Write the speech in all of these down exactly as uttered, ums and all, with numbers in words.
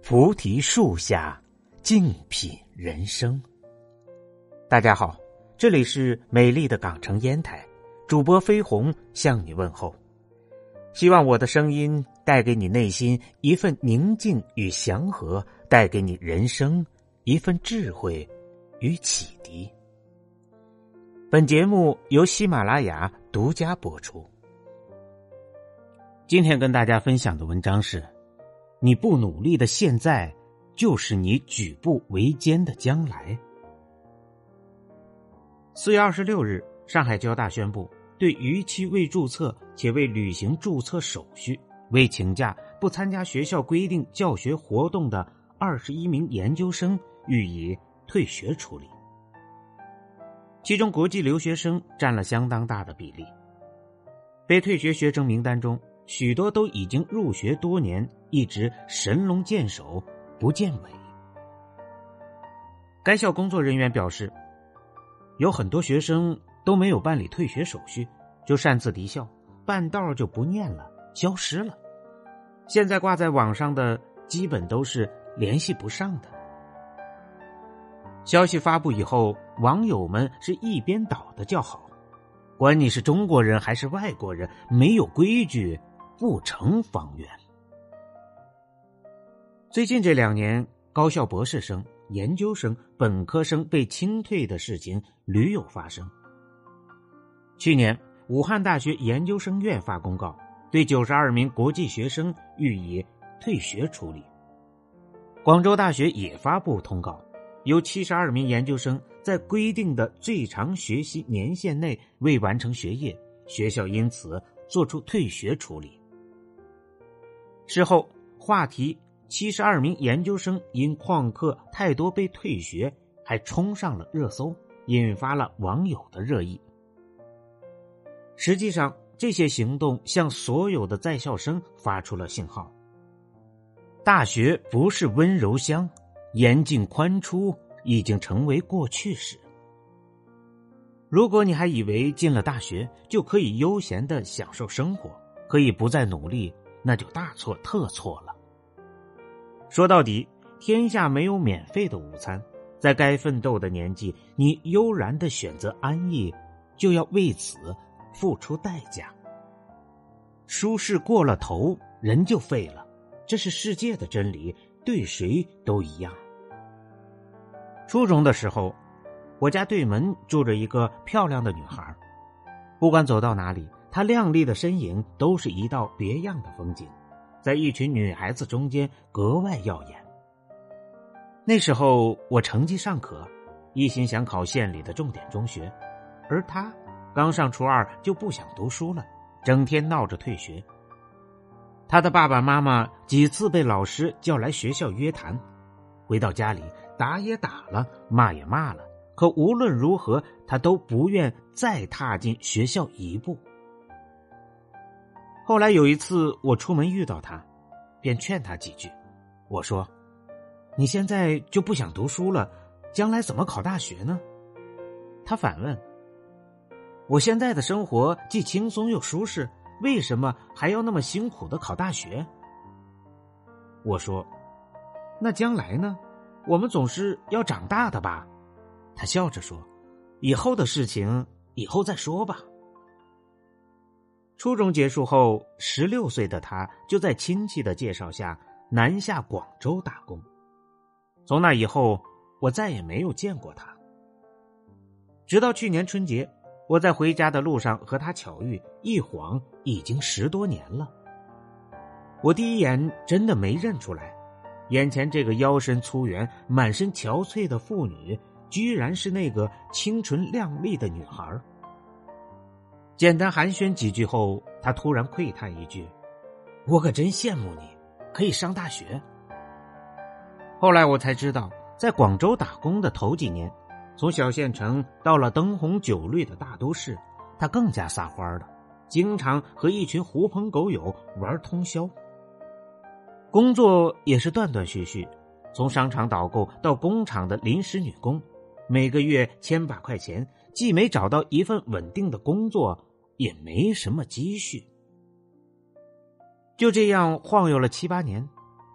菩提树下，静品人生。大家好，这里是美丽的港城烟台，主播飞鸿向你问候。希望我的声音带给你内心一份宁静与祥和，带给你人生一份智慧与启迪。本节目由喜马拉雅独家播出。今天跟大家分享的文章是：你不努力的现在，就是你举步维艰的将来。四月二十六日，上海交大宣布，对逾期未注册且未履行注册手续、未请假、不参加学校规定教学活动的二十一名研究生予以退学处理。其中国际留学生占了相当大的比例。被退学学生名单中，许多都已经入学多年，一直神龙见首不见尾。该校工作人员表示，有很多学生都没有办理退学手续，就擅自离校，半道就不念了，消失了。现在挂在网上的基本都是联系不上的。消息发布以后，网友们是一边倒的叫好，管你是中国人还是外国人，没有规矩不成方圆。最近这两年，高校博士生、研究生、本科生被清退的事情屡有发生。去年，武汉大学研究生院发公告，对九十二名国际学生予以退学处理。广州大学也发布通告，有七十二名研究生在规定的最长学习年限内未完成学业，学校因此作出退学处理。事后，话题七十二名研究生因旷课太多被退学还冲上了热搜，引发了网友的热议。实际上，这些行动向所有的在校生发出了信号：大学不是温柔乡，严进宽出已经成为过去式。如果你还以为进了大学就可以悠闲地享受生活，可以不再努力，那就大错特错了。说到底，天下没有免费的午餐，在该奋斗的年纪，你悠然地选择安逸，就要为此付出代价。舒适过了头，人就废了，这是世界的真理，对谁都一样。初中的时候，我家对门住着一个漂亮的女孩，不管走到哪里，她靓丽的身影都是一道别样的风景，在一群女孩子中间格外耀眼。那时候我成绩尚可，一心想考县里的重点中学，而她刚上初二就不想读书了，整天闹着退学。她的爸爸妈妈几次被老师叫来学校约谈，回到家里打也打了，骂也骂了，可无论如何她都不愿再踏进学校一步。后来有一次我出门遇到她，便劝她几句。我说，你现在就不想读书了，将来怎么考大学呢？她反问，我现在的生活既轻松又舒适，为什么还要那么辛苦的考大学？我说，那将来呢？我们总是要长大的吧？她笑着说，以后的事情以后再说吧。初中结束后，十六岁的她就在亲戚的介绍下南下广州打工。从那以后，我再也没有见过她。直到去年春节，我在回家的路上和她巧遇，一晃已经十多年了。我第一眼真的没认出来，眼前这个腰身粗圆、满身憔悴的妇女，居然是那个清纯靓丽的女孩。简单寒暄几句后，她突然喟叹一句，我可真羡慕你，可以上大学。后来我才知道，在广州打工的头几年，从小县城到了灯红酒绿的大都市，她更加撒欢了，经常和一群狐朋狗友玩通宵。工作也是断断续续，从商场导购到工厂的临时女工，每个月千把块钱，既没找到一份稳定的工作，也没什么积蓄。就这样晃悠了七八年，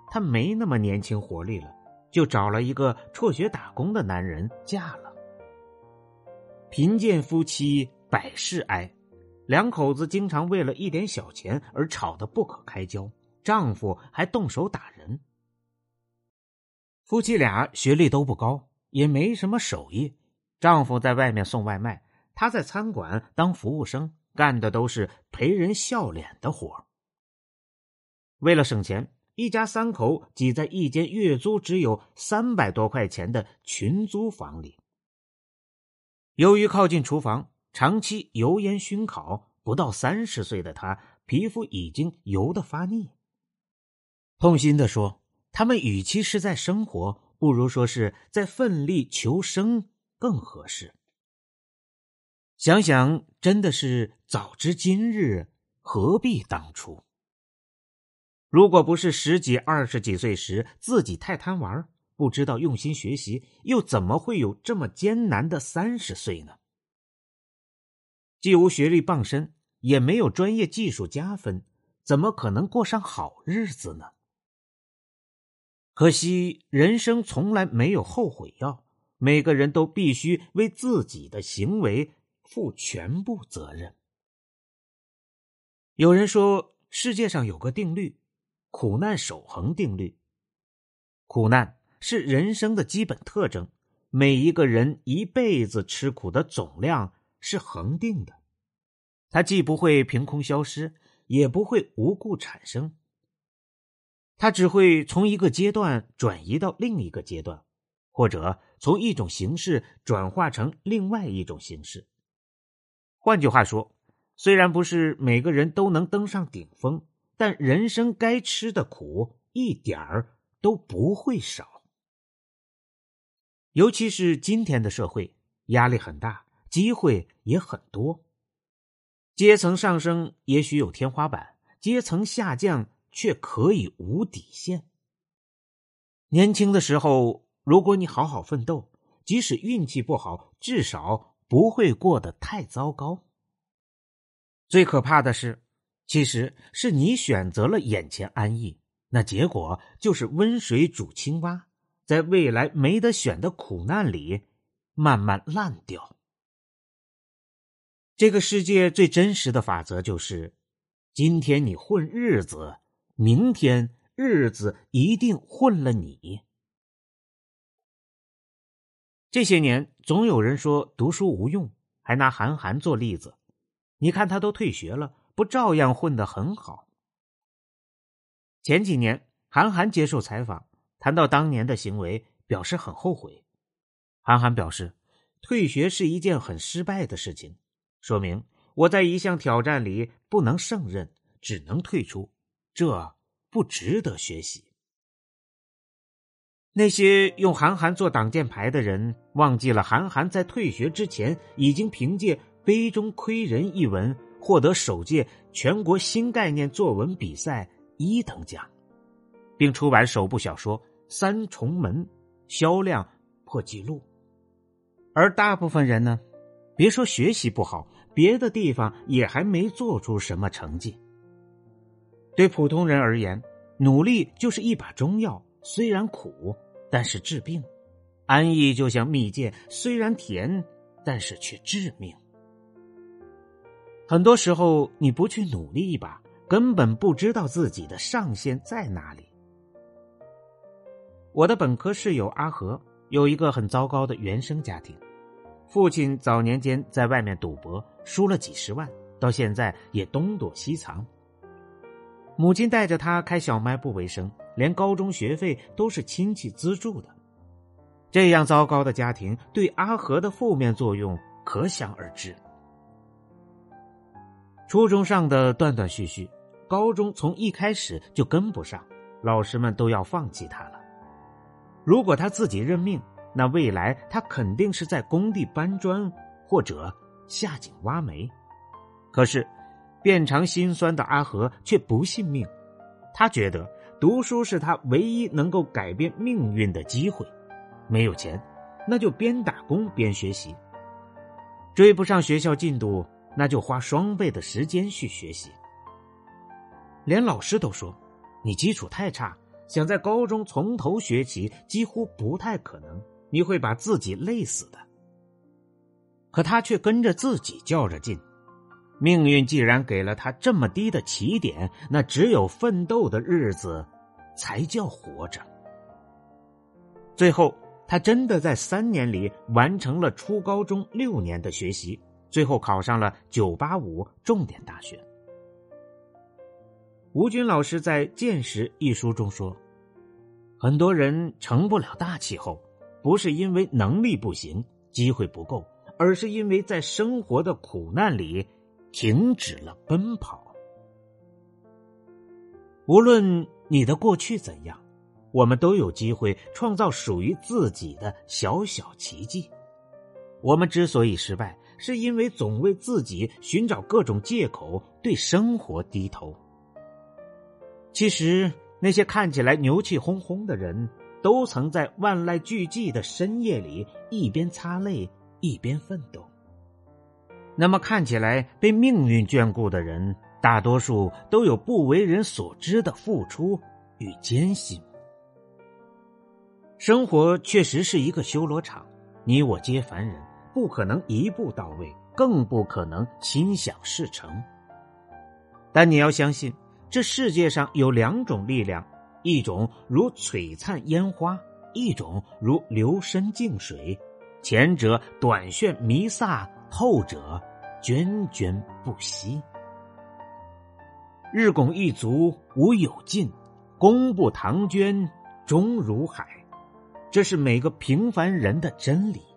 她没那么年轻活力了，就找了一个辍学打工的男人嫁了。贫贱夫妻百事哀，两口子经常为了一点小钱而吵得不可开交，丈夫还动手打人。夫妻俩学历都不高，也没什么手艺，丈夫在外面送外卖，她在餐馆当服务生，干的都是赔人笑脸的活。为了省钱，一家三口挤在一间月租只有三百多块钱的群租房里。由于靠近厨房，长期油烟熏烤，不到三十岁的她皮肤已经油得发腻。痛心地说，他们与其是在生活，不如说是在奋力求生更合适。想想真的是早知今日，何必当初。如果不是十几二十几岁时自己太贪玩，不知道用心学习，又怎么会有这么艰难的三十岁呢？既无学历傍身，也没有专业技术加分，怎么可能过上好日子呢？可惜人生从来没有后悔药，每个人都必须为自己的行为负全部责任。有人说世界上有个定律，苦难守恒定律。苦难是人生的基本特征，每一个人一辈子吃苦的总量是恒定的，它既不会凭空消失，也不会无故产生，它只会从一个阶段转移到另一个阶段，或者从一种形式转化成另外一种形式。换句话说，虽然不是每个人都能登上顶峰，但人生该吃的苦一点儿都不会少。尤其是今天的社会，压力很大，机会也很多。阶层上升也许有天花板，阶层下降却可以无底线。年轻的时候，如果你好好奋斗，即使运气不好，至少不会过得太糟糕。最可怕的是，其实是你选择了眼前安逸，那结果就是温水煮青蛙，在未来没得选的苦难里慢慢烂掉。这个世界最真实的法则就是，今天你混日子，明天日子一定混了你。这些年总有人说读书无用，还拿韩寒做例子，你看他都退学了，不照样混得很好。前几年韩寒接受采访，谈到当年的行为，表示很后悔。韩寒表示，退学是一件很失败的事情，说明我在一项挑战里不能胜任，只能退出，这不值得学习。那些用韩寒做挡箭牌的人，忘记了韩寒在退学之前已经凭借《杯中窥人》一文获得首届全国新概念作文比赛一等奖，并出版首部小说《三重门》，销量破纪录。而大部分人呢，别说学习不好，别的地方也还没做出什么成绩。对普通人而言，努力就是一把中药，虽然苦，但是治病；安逸就像蜜饯，虽然甜，但是却致命。很多时候你不去努力一把，根本不知道自己的上限在哪里。我的本科室友阿和有一个很糟糕的原生家庭，父亲早年间在外面赌博，输了几十万，到现在也东躲西藏。母亲带着他开小卖部为生，连高中学费都是亲戚资助的。这样糟糕的家庭对阿和的负面作用可想而知。初中上的断断续续，高中从一开始就跟不上，老师们都要放弃他了。如果他自己认命，那未来他肯定是在工地搬砖或者下井挖煤。可是遍尝辛酸的阿和却不信命，他觉得读书是他唯一能够改变命运的机会，没有钱，那就边打工边学习，追不上学校进度，那就花双倍的时间去学习。连老师都说，你基础太差， 想在高中从头学起几乎不太可能，你会把自己累死的。可他却跟着自己较着劲，命运既然给了他这么低的起点，那只有奋斗的日子才叫活着。最后他真的在三年里完成了初高中六年的学习，最后考上了九八五重点大学。吴军老师在《见识》一书中说，很多人成不了大气候，不是因为能力不行，机会不够，而是因为在生活的苦难里停止了奔跑。无论你的过去怎样，我们都有机会创造属于自己的小小奇迹。我们之所以失败，是因为总为自己寻找各种借口，对生活低头。其实那些看起来牛气哄哄的人，都曾在万籁俱寂的深夜里一边擦泪一边奋斗。那么看起来被命运眷顾的人，大多数都有不为人所知的付出与艰辛。生活确实是一个修罗场，你我皆凡人，不可能一步到位，更不可能心想事成。但你要相信，这世界上有两种力量，一种如璀璨烟花，一种如流深静水，前者短炫弥撒，后者涓涓不息。日拱一卒无有尽，功不唐捐终如海，这是每个平凡人的真理。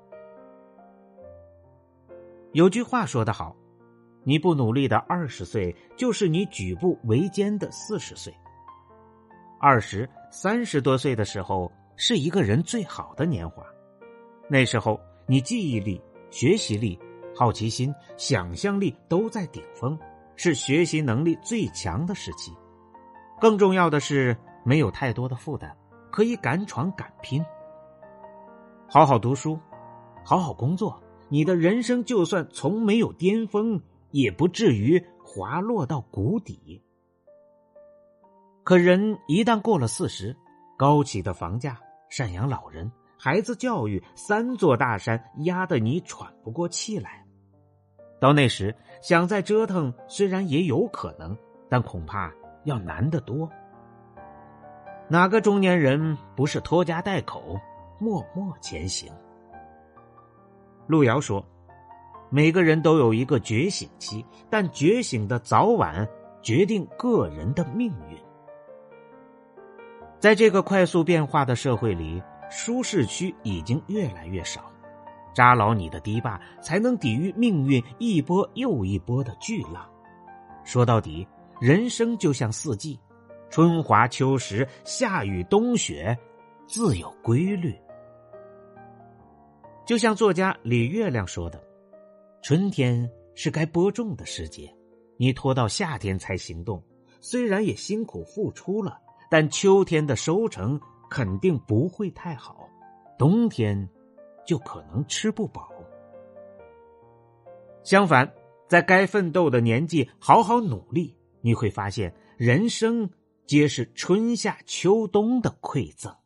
有句话说得好，你不努力的二十岁，就是你举步维艰的四十岁。二十、三十多岁的时候，是一个人最好的年华。那时候，你记忆力、学习力、好奇心、想象力都在顶峰，是学习能力最强的时期。更重要的是，没有太多的负担，可以敢闯敢拼。好好读书，好好工作，你的人生就算从没有巅峰，也不至于滑落到谷底。可人一旦过了四十，高企的房价、赡养老人、孩子教育三座大山压得你喘不过气来。到那时，想再折腾虽然也有可能，但恐怕要难得多。哪个中年人不是拖家带口，默默前行？路遥说，每个人都有一个觉醒期，但觉醒的早晚决定个人的命运。在这个快速变化的社会里，舒适区已经越来越少，扎牢你的堤坝，才能抵御命运一波又一波的巨浪。说到底，人生就像四季，春华秋实，夏雨冬雪，自有规律。就像作家李月亮说的，春天是该播种的时节，你拖到夏天才行动，虽然也辛苦付出了，但秋天的收成肯定不会太好，冬天就可能吃不饱。相反，在该奋斗的年纪好好努力，你会发现人生皆是春夏秋冬的馈赠。